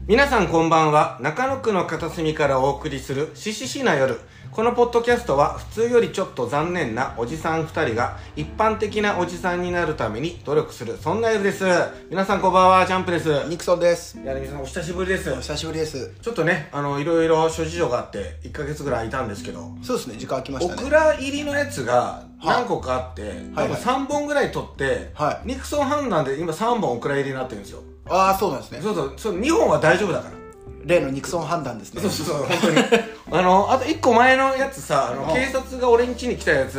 皆さんこんばんは。中野区の片隅からお送りするしししな夜。このポッドキャストは普通よりちょっと残念なおじさん2人が一般的なおじさんになるために努力する、そんな夜です。皆さんこんばんは。ジャンプです。 ニクソンです。 皆さんお久しぶりです。 お久しぶりです。 ちょっとね、いろいろ諸事情があって1ヶ月ぐらい空いたんですけど、 そうですね、時間空きましたね。 オクラ入りのやつが何個かあって、多分3本ぐらい取って、ニクソン判断で今3本オクラ入りになってるんですよ。 ああ、そうなんですね。 そう2本は大丈夫だから。 例のニクソン判断ですね。 そう本当にあと1個前のやつさ、警察が俺ん家に来たやつ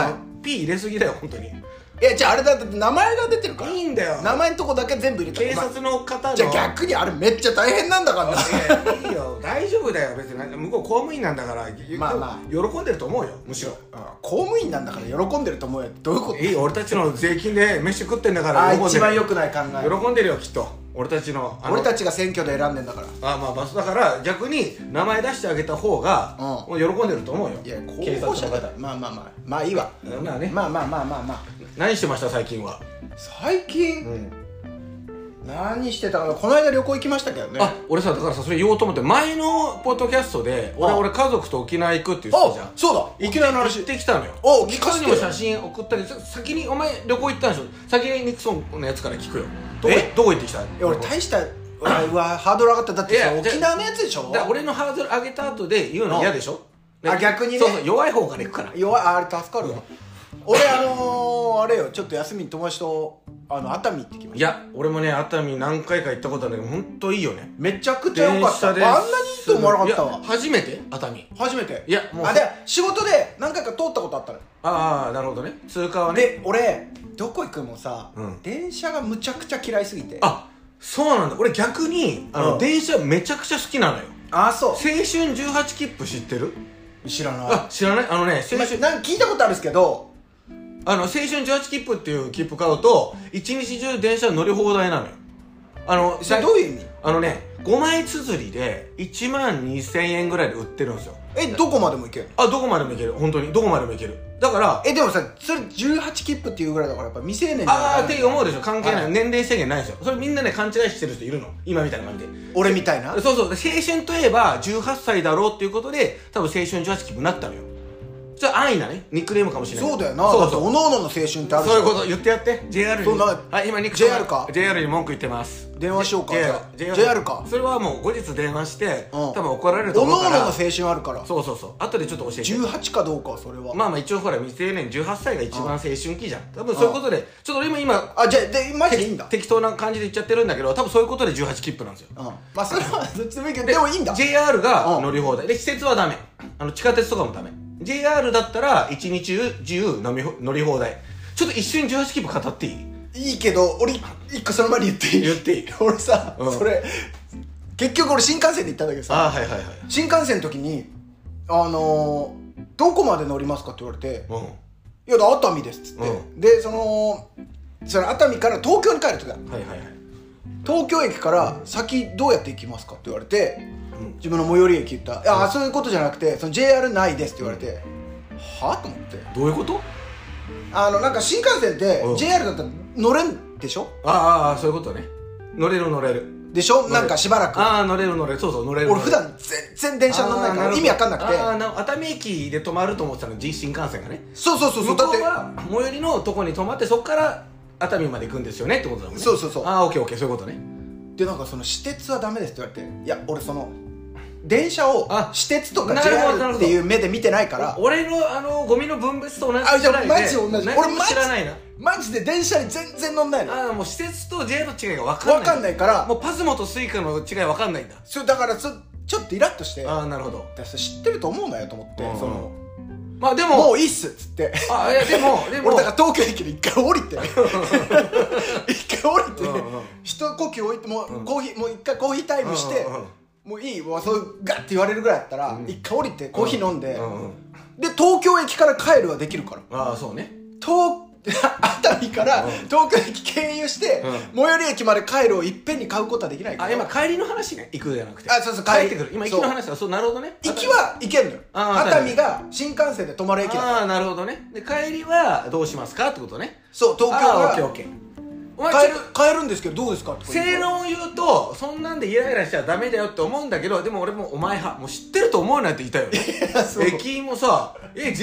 P 入れすぎだよ本当に。 いや、じゃああれだって名前が出てるからいいんだよ。 名前のとこだけ全部入れたら警察の方の。 じゃあ逆にあれめっちゃ大変なんだからね。いいよ、大丈夫だよ。別に向こう公務員なんだから喜んでると思うよ。むしろ公務員なんだから喜んでると思うよ。どういうこと？ いいよ、俺たちの税金で飯食ってんだから喜んでる。 一番良くない考え。 喜んでるよきっと。俺たちが選挙で選んでんだから。 だから逆に名前出してあげた方がもう喜んでると思うよ。 いや、警察の方。まあいいわ。 まあね。 まあ何してました最近は？ 最近何してたかな。この間旅行行きましたけどね。 俺さ、だからさ、それ言おうと思って、前のポッドキャストで俺家族と沖縄行くって言ってたじゃん。 そうだ、沖縄の話行ってきたのよ。 聞かせてよ。 にも写真送ったり、先にお前旅行行ったんでしょ。先にニクソンのやつから聞くよ。どこ行ってきた？ 俺大したハードル上がった。だってさ、沖縄のやつでしょ。 俺のハードル上げた後で言うの嫌でしょ。 逆にね。 そう弱い方から行くから。 あれ助かるわ。俺あれよ、ちょっと休みに友達と熱海行ってきました。 いや、俺もね、熱海何回か行ったことあるんだけど、ほんといいよね。 めちゃくちゃ良かった。あんなにいいと思わなかったわ。 初めて？熱海初めて。 いや、もうで、仕事で何回か通ったことあったの。 ああ、なるほどね。通過はね。 で、俺どこ行くもさ、電車がむちゃくちゃ嫌いすぎて。 そうなんだ。俺逆に電車めちゃくちゃ好きなのよ。 そう。 青春18切符知ってる？ 知らない。 知らない？青春聞いたことあるんですけど、 青春18切符っていう切符買うと一日中電車乗り放題なのよ。 それどういう意味 ？5枚綴りで1万2000円ぐらいで売ってるんですよ。 どこまでも行ける？ どこまでも行ける。本当にどこまでも行ける。だからでもさ、それ18切符っていうぐらいだからやっぱ未成年って思うでしょ。関係ない。年齢制限ないですよ。それみんなね勘違いしてる人いるの。今みたいな感じで。 俺みたいな。 そう青春といえば18歳だろうっていうことで多分青春18切符になったのよ。それ安易なねニックネームかもしれない。 そうだよな。だっておのおのの青春ってある。 そういうこと言ってやって。 JR に。今ニック JR か。 JR に文句言ってます。 電話しようか。JR か。 それはもう後日電話して多分怒られると思うから。 おのおのの青春あるから。 そう後でちょっと教えて。 18かどうかはそれは一応ほら未成年18歳が一番青春期じゃん。多分そういうことでちょっと俺今じゃあマジでいいんだ。 適当な感じで言っちゃってるんだけど、多分そういうことで18切符なんですよ。 それはどっちでもいいけど、でもいいんだ。 JR が乗り放題で、施設はダメ。地下鉄とかもダメ。 JR だったら一日自由乗り放題。ちょっと一瞬18切符語っていい？ いいけど、俺一個その前に言っていい？俺さ、それ結局俺新幹線で行ったんだけどさ、新幹線の時にどこまで乗りますかって言われて、いや熱海ですっつって、でその熱海から東京に帰る時だ。東京駅から先どうやって行きますかって言われて、自分の最寄り駅言ったら、そういうことじゃなくてJR ないですって言われて、はぁと思って。どういうこと？ なんか新幹線って JR だったら乗れんでしょ。 そういうことね。乗れるでしょ。なんかしばらく乗れる。そう乗れる。 俺普段全然電車乗んないから意味わかんなくて、 熱海駅で止まると思ってたの。新幹線がね。 そう向こうは最寄りのとこに止まって、そこから熱海まで行くんですよねってことだもんね。 そうオッケーそういうことね。 でなんか私鉄はダメですって言われて、いや俺電車を私鉄とか JR っていう目で見てないから。 俺のゴミの分別と同じぐらいで。 マジ同じ。俺知らないな。 マジで電車に全然乗んないの。 もう私鉄と JR の違いが分かんないから。 もうパスモとスイカの違い分かんないんだ。 だからちょっとイラッとして。 なるほど。 知ってると思うなよと思って、 でももういいっすっつって。 でも俺だから東京駅で一回降りて一呼吸置いて、もう一回コーヒータイムして、もういいわ、そうガッて言われるぐらいだったら一回降りてコーヒー飲んで、で東京駅から帰るはできるから。 そうね。 熱海から東京駅経由して最寄り駅まで帰るをいっぺんに買うことはできないから。 今帰りの話ね。行くじゃなくてそう帰ってくる。今行きの話だ。なるほどね。 行きは行けんのよ。熱海が新幹線で止まる駅だから。 なるほどね。で帰りはどうしますかってことね。 そう、東京はオッケー買えるんですけどどうですかって正論を言うとそんなんでイライラしちゃダメだよって思うんだけど、でも俺もお前派もう知ってると思うなって言いたいよね。駅員もさ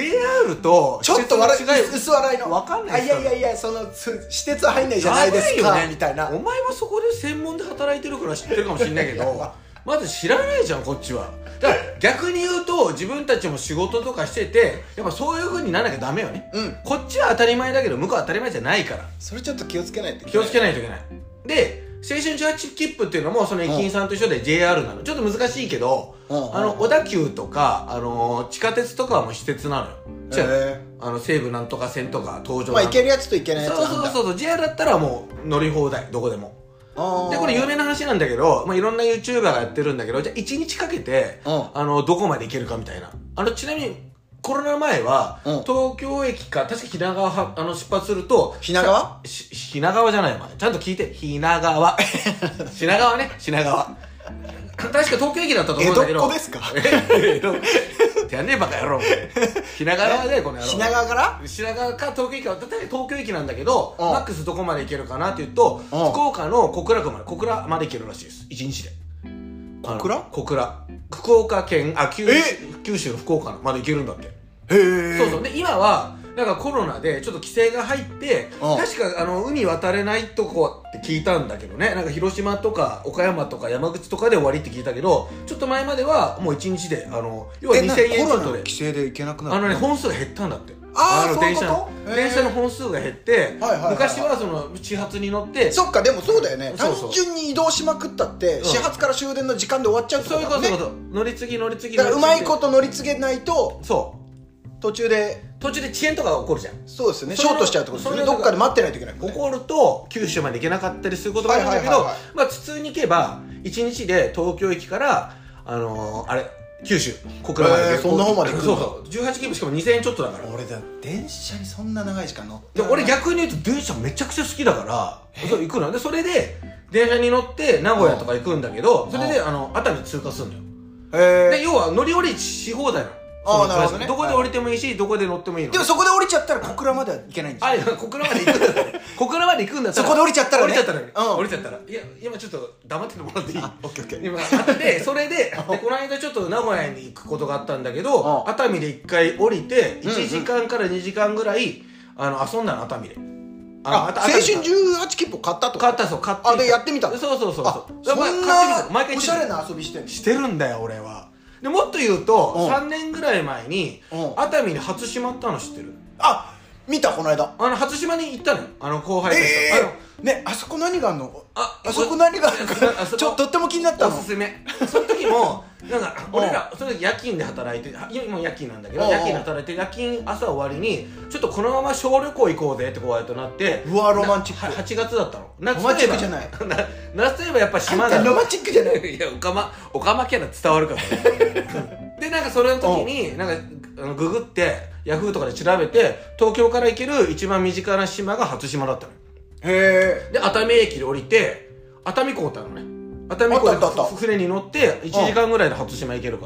JR とちょっと薄笑いの分かんないいやその私鉄は入んないじゃないですか、ね、みたいな。 お前はそこで専門で働いてるから知ってるかもしれないけどまず知らないじゃんこっちは。だから逆に言うと自分たちも仕事とかしててやっぱそういう風にならなきゃダメよね、こっちは当たり前だけど向こうは当たり前じゃないから、 それちょっと気をつけないといけない。 気をつけないといけない。で青春18切符っていうのもその駅員さんと一緒で JR なの。ちょっと難しいけど小田急とか地下鉄とかはもう私鉄なのよ。西武なんとか線とか東上行けるやつと行けないやつなんだ。 そう JR だったらもう乗り放題どこでも。でこれ有名な話なんだけど、いろんな YouTuber がやってるんだけど、じゃあ1日かけてどこまで行けるかみたいな。ちなみにコロナ前は東京駅か確か品川出発すると品川じゃないわ、ちゃんと聞いて、品川品川ね、品川確か東京駅だったと思うんだけど。 江戸っ子ですか？ てやんねえバカ野郎。品川でこの野郎。 品川から品川か東京駅か、東京駅なんだけどマックスどこまで行けるかなっていうと福岡の小倉まで行けるらしいです、1日で。小倉福岡県九州の福岡まで行けるんだって。そうで今はなんかコロナでちょっと規制が入って確か海渡れないとこって聞いたんだけどね。なんか広島とか岡山とか山口とかで終わりって聞いたけど、ちょっと前まではもう1日で要は2000円ちょっとでコロナの規制で行けなくなる本数が減ったんだって。 そういうこと？ 電車の本数が減って昔はその始発に乗って。 そっか、でもそうだよね。単純に移動しまくったって始発から終電の時間で終わっちゃうってことだもんね。 そういうこと乗り継ぎだからうまいこと乗り継げないと途中で遅延とかが起こるじゃん。 そうですよね。ショートしちゃうってことですよね。どっかで待ってないといけない。 起こると九州まで行けなかったりすることがあるんだけど、普通に行けば1日で東京駅から九州小倉まで行ける。 そんな方まで行く。 そう18切符しかも2000円ちょっとだから。 俺電車にそんな長い時間乗って俺逆に言うと電車めちゃくちゃ好きだから行くので、それで電車に乗って名古屋とか行くんだけど、それで熱海通過するのよ。で要は乗り降りし放題なの。 なるほどね。 どこで降りてもいいしどこで乗ってもいいの。 でもそこで降りちゃったら小倉までは行けないんですよ。 小倉まで行くんだったら小倉まで行くんだったらそこで降りちゃったらね。 降りちゃったらいや今ちょっと黙っててもらっていい？オッケー今でそれでこの間ちょっと名古屋に行くことがあったんだけど、熱海で1回降りて1時間から2時間ぐらい遊んだの。熱海で青春18切符買ったと。 買ってでやってみた。 そうそんなおしゃれな遊びしてるんだよ俺は。でもっと言うと3年ぐらい前に熱海に初島ったの知ってる？ 見たこの間。 初島に行ったのよ後輩たちと。 ね、あそこ何があんの？あそこ何があるかとっても気になったの。 おすすめ。その時もなんか俺らその時夜勤で働いて、今夜勤なんだけど夜勤で働いて夜勤朝終わりにちょっとこのまま小旅行行こうぜってこうやってなって。 うわロマンチック。 8月だったの。 ロマンチックじゃない。 夏といえばやっぱ島だ。 ロマンチックじゃない。 いやオカマキャラ伝わるからね。でなんかそれの時になんかググってヤフーとかで調べて東京から行ける一番身近な島が初島だったの。で熱海駅で降りて熱海港ってあるのね。熱海港で船に乗って1時間ぐらいで初島行けるから、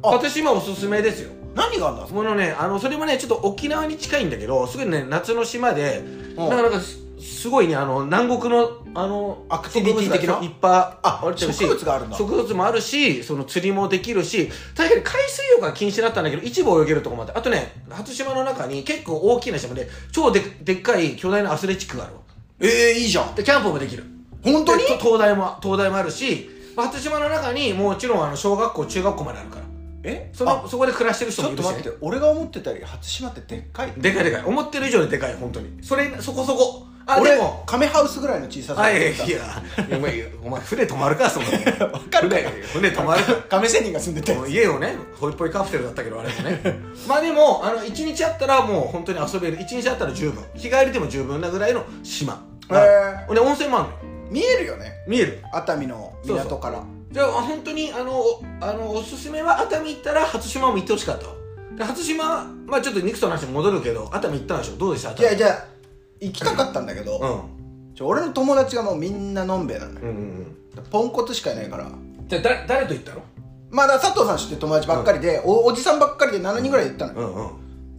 初島おすすめですよ。 何があるんだ？ それもねちょっと沖縄に近いんだけどすごいね夏の島でなんかすごいね南国のアクティビティ的ないっぱいあるし、 植物があるんだ。 植物もあるしその釣りもできるし、確かに海水浴は禁止だったんだけど一部泳げるとこもあって、あとね初島の中に結構大きな島で超でっかい巨大なアスレチックがあるわ。 いいじゃん。 でキャンプもできる。 本当に？ 灯台もあるし、初島の中にもちろん小学校中学校まであるから。そこで暮らしてる人もいるし、 ちょっと待って、俺が思ってたより初島ってでっかい。 でかい思ってる以上にでかい。本当にそこそこ。 俺もカメハウスぐらいの小ささ。 いやお前船泊まるかそんなの。 分かるかよ。 船泊まるか。 亀仙人が住んでて家をねホイッポイカプセルだったけどあれもね。でも1日あったらもう本当に遊べる。1日あったら十分、日帰りでも十分なぐらいの島。温泉もあるのよ。 見えるよね。 見える。 熱海の港から。 じゃあ本当におすすめは熱海行ったら初島も行ってほしかったわ。で初島ちょっとニクソの話に戻るけど熱海行ったんでしょ？どうでした？ じゃあ行きたかったんだけど、俺の友達がもうみんなのんべえなのよ。ポンコツしかいないから。 じゃあ誰と行ったの？ だ佐藤さん知ってる友達ばっかりで、おじさんばっかりで7人ぐらいで行ったのよ。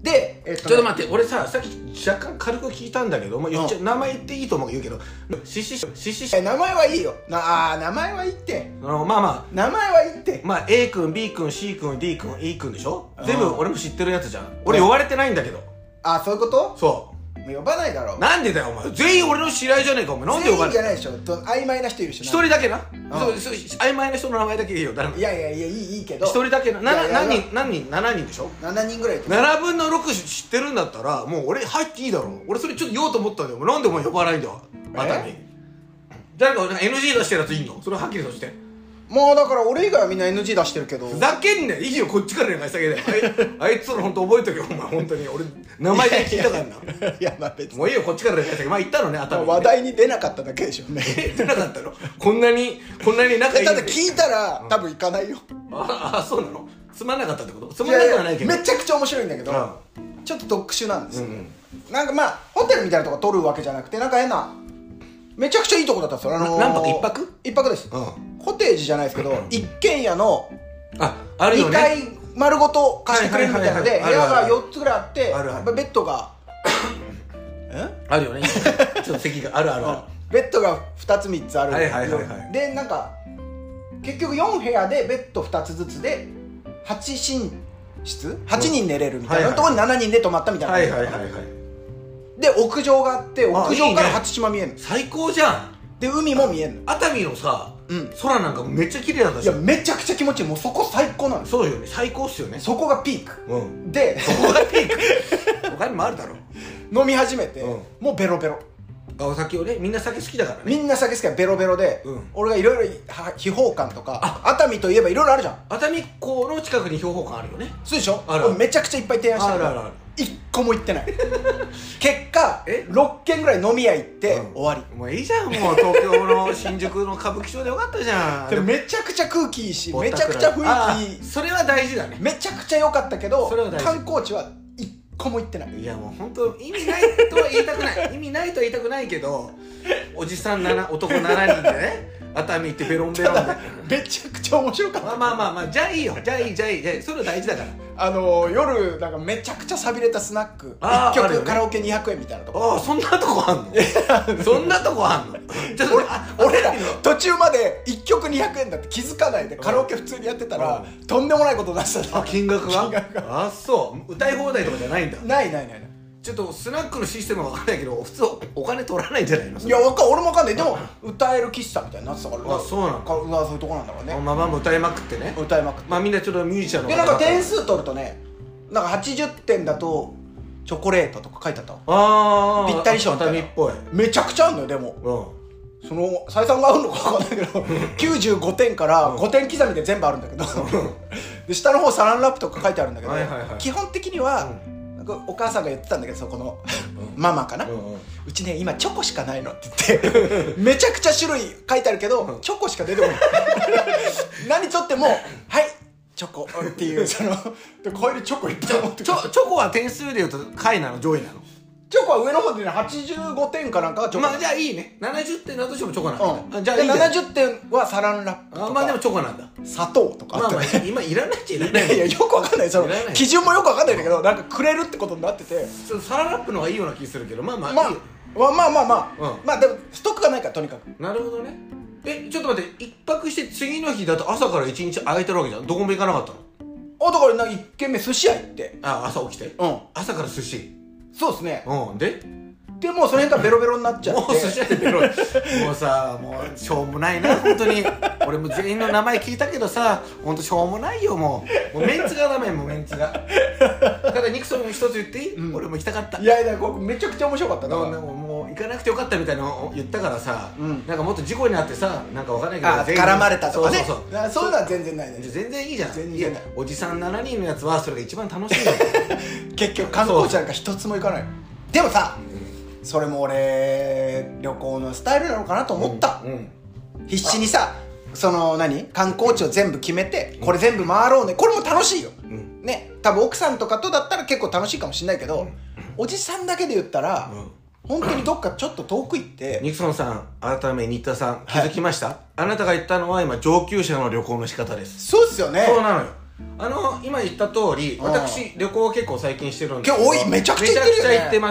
で、 ちょっと待って、俺さっき若干軽く聞いたんだけど、言っちゃ名前言っていいと思う言うけど、シシ名前はいいよ名前はいいって、 まあまあ名前はいいって、 まあ A 君 B 君 C 君 D 君 E 君でしょ。全部俺も知ってるやつじゃん。俺呼ばれてないんだけど。 そういうこと。 そう呼ばないだろ。 なんでだよお前、全員俺の知り合いじゃねえかお前。なんで呼ばない。 全員じゃないでしょ。曖昧な人いるし、 一人だけな。曖昧な人の名前だけいいよ。 いやいいけど、 一人だけな。何人7人でしょ。 7人ぐらい。 7分の6知ってるんだったらもう俺入っていいだろ。俺それちょっと言おうと思ったんだよ。なんでお前呼ばないんだよ熱海。誰か NG 出してるやついんの。それははっきりとして。 もうだから俺以外はみんな NG 出してるけど。 ふざけんねん。いいよこっちから願い下げで。あいつら本当覚えとけよお前。本当に俺名前で聞いたからな。 いやまあ別にもういいよこっちから願い下げ。まあ言ったのね熱海。 話題に出なかっただけでしょね。 出なかったの。こんなに仲いい。 ただ聞いたら多分行かないよ。 そうなの。つまんなかったってこと。つまんなくはないけど。 めちゃくちゃ面白いんだけど、ちょっと特殊なんですよ。なんかまあホテルみたいなとこ取るわけじゃなくて、なんか変なめちゃくちゃいいとこだったんですよ。 何泊1泊 ？1泊です。コテージじゃないですけど、一軒家のあるよね、 2階丸ごと貸してくれるみたいなので、部屋が4つぐらいあって、ベッドがあるよね。ちょっと席があるベッドが2つ3つある。でなんか結局4部屋でベッド2つずつで8寝室8人寝れるみたいなところに7人で泊まったみたいな。で屋上があって、屋上から初島見えるの。 最高じゃん。 で海も見えるの。 熱海のさ空なんかめっちゃ綺麗だったし。 いやめちゃくちゃ気持ちいい。もうそこ最高なの。 そうよね、最高っすよね。 そこがピークで、 そこがピーク。他にもあるだろ。 飲み始めてもうベロベロ。 お酒をね、みんな酒好きだからね。 みんな酒好きだからベロベロで、俺がいろいろ秘宝館とか、熱海といえばいろいろあるじゃん。 熱海港の近くに標宝館あるよね。 そうでしょ。めちゃくちゃいっぱい提案してる。1個も行ってない。結果6軒ぐらい飲み屋行って終わり。 もういいじゃん。もう東京の新宿の歌舞伎町でよかったじゃん。 でもめちゃくちゃ空気いいし、めちゃくちゃ雰囲気いい。 それは大事だね。 めちゃくちゃ良かったけど、観光地は1個も行ってない。 いやもう本当意味ないとは言いたくない。意味ないとは言いたくないけど、おじさん男7人でね熱海行ってベロンベロンでめちゃくちゃ面白かった。 まあじゃあいいよ。じゃあいいそれは大事だから。 夜なんかめちゃくちゃ寂れたスナック1曲カラオケ200円みたいなとこ。 そんなとこあんの。そんなとこあんの。 俺ら途中まで1曲200円だって気づかないでカラオケ普通にやってたらとんでもないこと出したの。 金額がそう歌い放題とかじゃないんだ。 ない。 ちょっとスナックのシステムは分かんないけど、普通お金取らないんじゃないの。 いや俺も分かんない。でも歌える喫茶みたいになってたから。 そうなのか。 そういうとこなんだろうね。 まあ歌いまくってね。まあみんなちょっとミュージシャンのでなんか点数取るとね、なんか80点だとチョコレートとか書いてあったわ。ぴったり賞みたいな。めちゃくちゃあんのよ。でもその採算が合うのか分かんないけど95点から5点刻みで全部あるんだけどで下の方サランラップとか書いてあるんだけど、基本的にはお母さんが言ってたんだけど、そこのママかな、うちね今チョコしかないのって言ってめちゃくちゃ種類書いてあるけどチョコしか出てこない。何とってもはいチョコっていう、そので帰りチョコいっぱい持ってくる。 チョコは点数でいうと下位なの上位なの。 チョコは上の方でね85点かなんかがチョコ。 まあじゃあいいね。70点だとしてもチョコなんだ。 じゃあ70点はサランラップとか。 まあでもチョコなんだ。 砂糖とか。 まあ今いらないっちゃいらない。 いやよくわかんない。その基準もよくわかんないんだけど、なんかくれるってことになってて、 サランラップの方がいいような気するけど、まあまあでもストックがないからとにかく。 なるほどね。ちょっと待って、一泊して次の日だと朝から1日空いてるわけじゃん。どこも行かなかったの？ だから1軒目寿司屋行って。 朝起きて？朝から寿司。 そうですね。 でもうその辺からベロベロになっちゃって。 もう寿司屋でベロ。もうさ、もうしょうもないな本当に。俺も全員の名前聞いたけどさ、本当しょうもないよもうメンツがダメ。もうメンツが。ただニクソン一つ言っていい？俺も行きたかった。 いやこれめちゃくちゃ面白かったな。 もう行かなくてよかったみたいなの言ったからさ、なんかもっと事故にあってさ、なんかわかんないけど絡まれたとかね。 そういうのは全然ないね。 全然いいじゃん。 全然ない。 おじさん7人のやつはそれが一番楽しいんだよ。 結局観光地なんか一つも行かない。でもさ、それも俺旅行のスタイルなのかなと思った。必死にさ、その観光地を全部決めて、これ全部回ろうね。これも楽しいよね。多分奥さんとかとだったら結構楽しいかもしれないけど、おじさんだけで言ったら本当にどっかちょっと遠く行って。 ニクソンさん、改め新田さん、気づきました？あなたが言ったのは今上級者の旅行の仕方です。 そうっすよね。 そうなのよ。 今言った通り、私旅行結構最近してるんですけど、 めちゃくちゃ行ってるよね。 めちゃくちゃ行ってます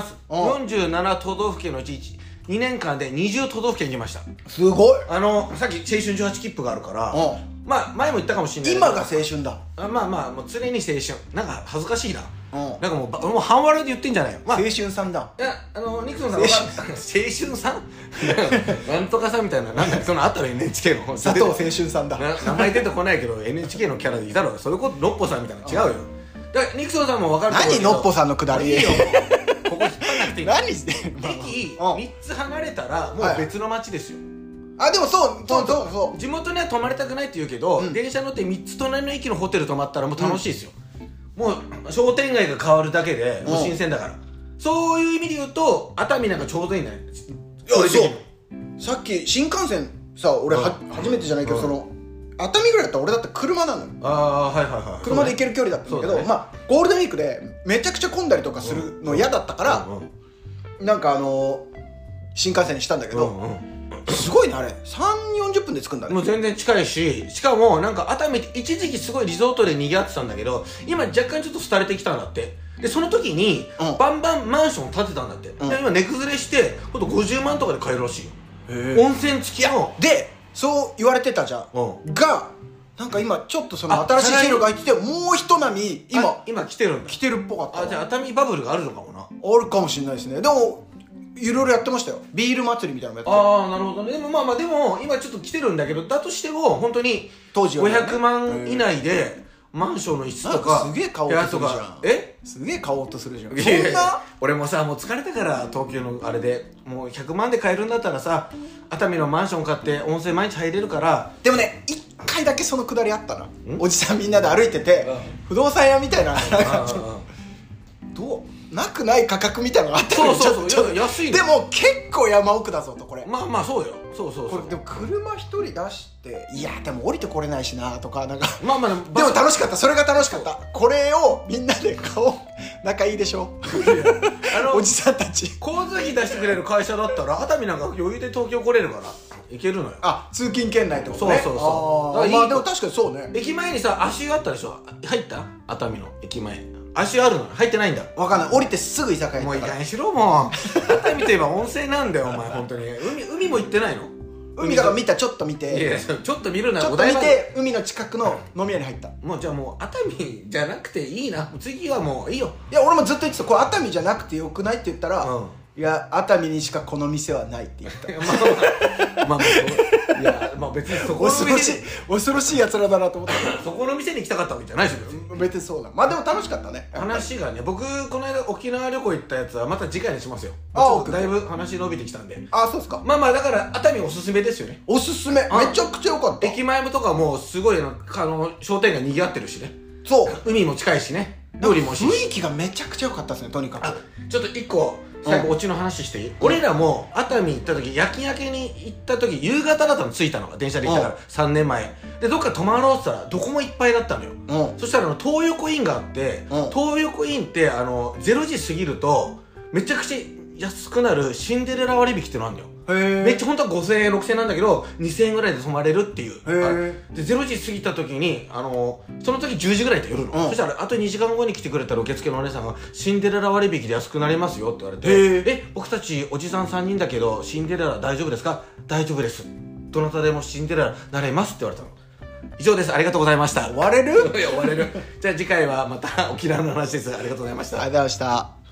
。47都道府県のうち2年間で20都道府県行きました。 すごい。 さっき青春18切符があるから、まあ前も言ったかもしれないけど、 今が青春だ。 まあもう常に青春。なんか恥ずかしいな。なんかもう半笑いで言ってんじゃないよ。 青春さんだ。 いや、ニクソンさんは青春さんなんとかさんみたいな、なんだそのあったら NHK の佐藤青春さんだ。 名前出てこないけど NHK のキャラでいたろ。それこそのっぽさんみたいな違うよ。だからニクソンさんも分かると思うけど、 何のっぽさんのくだり。 いいよ、ここ引っ張んなくていい。 何してんの。 駅3つ離れたらもう別の町ですよ。 でもそう地元には泊まりたくないって言うけど、電車乗って3つ隣の駅のホテル泊まったらもう楽しいですよ。もう商店街が変わるだけでもう新鮮だから、そういう意味で言うと熱海なんかちょうどいいんだよ。 さっき新幹線さ、俺初めてじゃないけど、その熱海ぐらいだったら俺だって車なのよ。車で行ける距離だったんだけど、まあゴールデンウィークでめちゃくちゃ混んだりとかするの嫌だったから、なんか新幹線にしたんだけど、すごいね、あれ3、40分で着くんだね。 もう全然近いし、しかもなんか熱海って一時期すごいリゾートで賑わってたんだけど、今若干ちょっと廃れてきたんだって。でその時にバンバンマンション建てたんだって。で今値崩れしてほんと50万とかで買えるらしいよ。温泉付きの。 でそう言われてたじゃん、がなんか今ちょっとその新しい勢力が入ってて、もう一波今来てるんだ。 来てるっぽかった。 じゃあ熱海バブルがあるのかもな。 あるかもしれないですね。でもいろいろやってましたよ。ビール祭りみたいなのやってた。なるほどね。でもでも今ちょっと来てるんだけど、だとしても本当に当時500万以内でマンションの一室とかすげえ買おうとするじゃん。すげえ買おうとするじゃん。そんな俺もさ、もう疲れたから東京のあれでもう100万で買えるんだったらさ、熱海のマンション買って温泉毎日入れるから。 でもね、1回だけそのくだりあったな。おじさんみんなで歩いてて、不動産屋みたいなどうなくない価格みたいなのがあったの。 そう安いの。 でも結構山奥だぞと。これまあそうよ。そうこれでも車一人出して、いやでも降りてこれないしなとか、なんかでも楽しかった。それが楽しかった。これをみんなで買おう。仲いいでしょおじさんたち。 交通費出してくれる会社だったら熱海なんか余裕で東京来れるから行けるのよ。 通勤圏内ってことね。 そうまあでも確かにそうね。 駅前にさ足湯あったでしょ。入った？熱海の駅前足湯あるの？入ってないんだ。 わかんない。降りてすぐ居酒屋行ったから。 もういい加減しろもう。熱海といえば温泉なんだよお前本当に。海も行ってないの？ 海だからちょっと見て。 いやちょっと見るな。 ちょっと見て海の近くの飲み屋に入った。 もうじゃあもう熱海じゃなくていいな。次はもういいよ。 いや俺もずっと言ってた。これ熱海じゃなくてよくないって言ったら、いや熱海にしかこの店はないって言った。まあいやまあ別にそこの店恐ろしいやつらだなと思った。 そこの店に行きたかったわけじゃないでしょ。 別にそうだ。まあでも楽しかったね。 話がね、僕この間沖縄旅行行ったやつはまた次回にしますよ。だいぶ話伸びてきたんで。 そうですか。 まあだから熱海おすすめですよね。 おすすめ。めちゃくちゃ良かった。 駅前とかもすごい商店街賑わってるしね。 そう。 海も近いしね。料理も美味しいし。 雰囲気がめちゃくちゃ良かったですね。とにかく。 ちょっと一個最後オチの話していい？俺らも熱海行った時、夜勤明けに行った時夕方だったの。着いたのが電車で行ったから3年前で、どっか泊まろうって言ったらどこもいっぱいだったのよ。そしたら東横インがあって、東横インって0時過ぎるとめちゃくちゃ安くなるシンデレラ割引ってのあるんだよ。めっちゃ本当は5000円6000円なんだけど2000円ぐらいで泊まれるっていう。で0時過ぎた時にその時10時ぐらいで夜の、そしたらあと2時間後に来てくれたら受付のお姉さんがシンデレラ割引で安くなりますよって言われて、僕たちおじさん3人だけどシンデレラ大丈夫ですか？大丈夫です、どなたでもシンデレラなれますって言われたの。以上です。ありがとうございました。 終われる？ いや終われる。じゃあ次回はまた沖縄の話です。ありがとうございました。 ありがとうございました。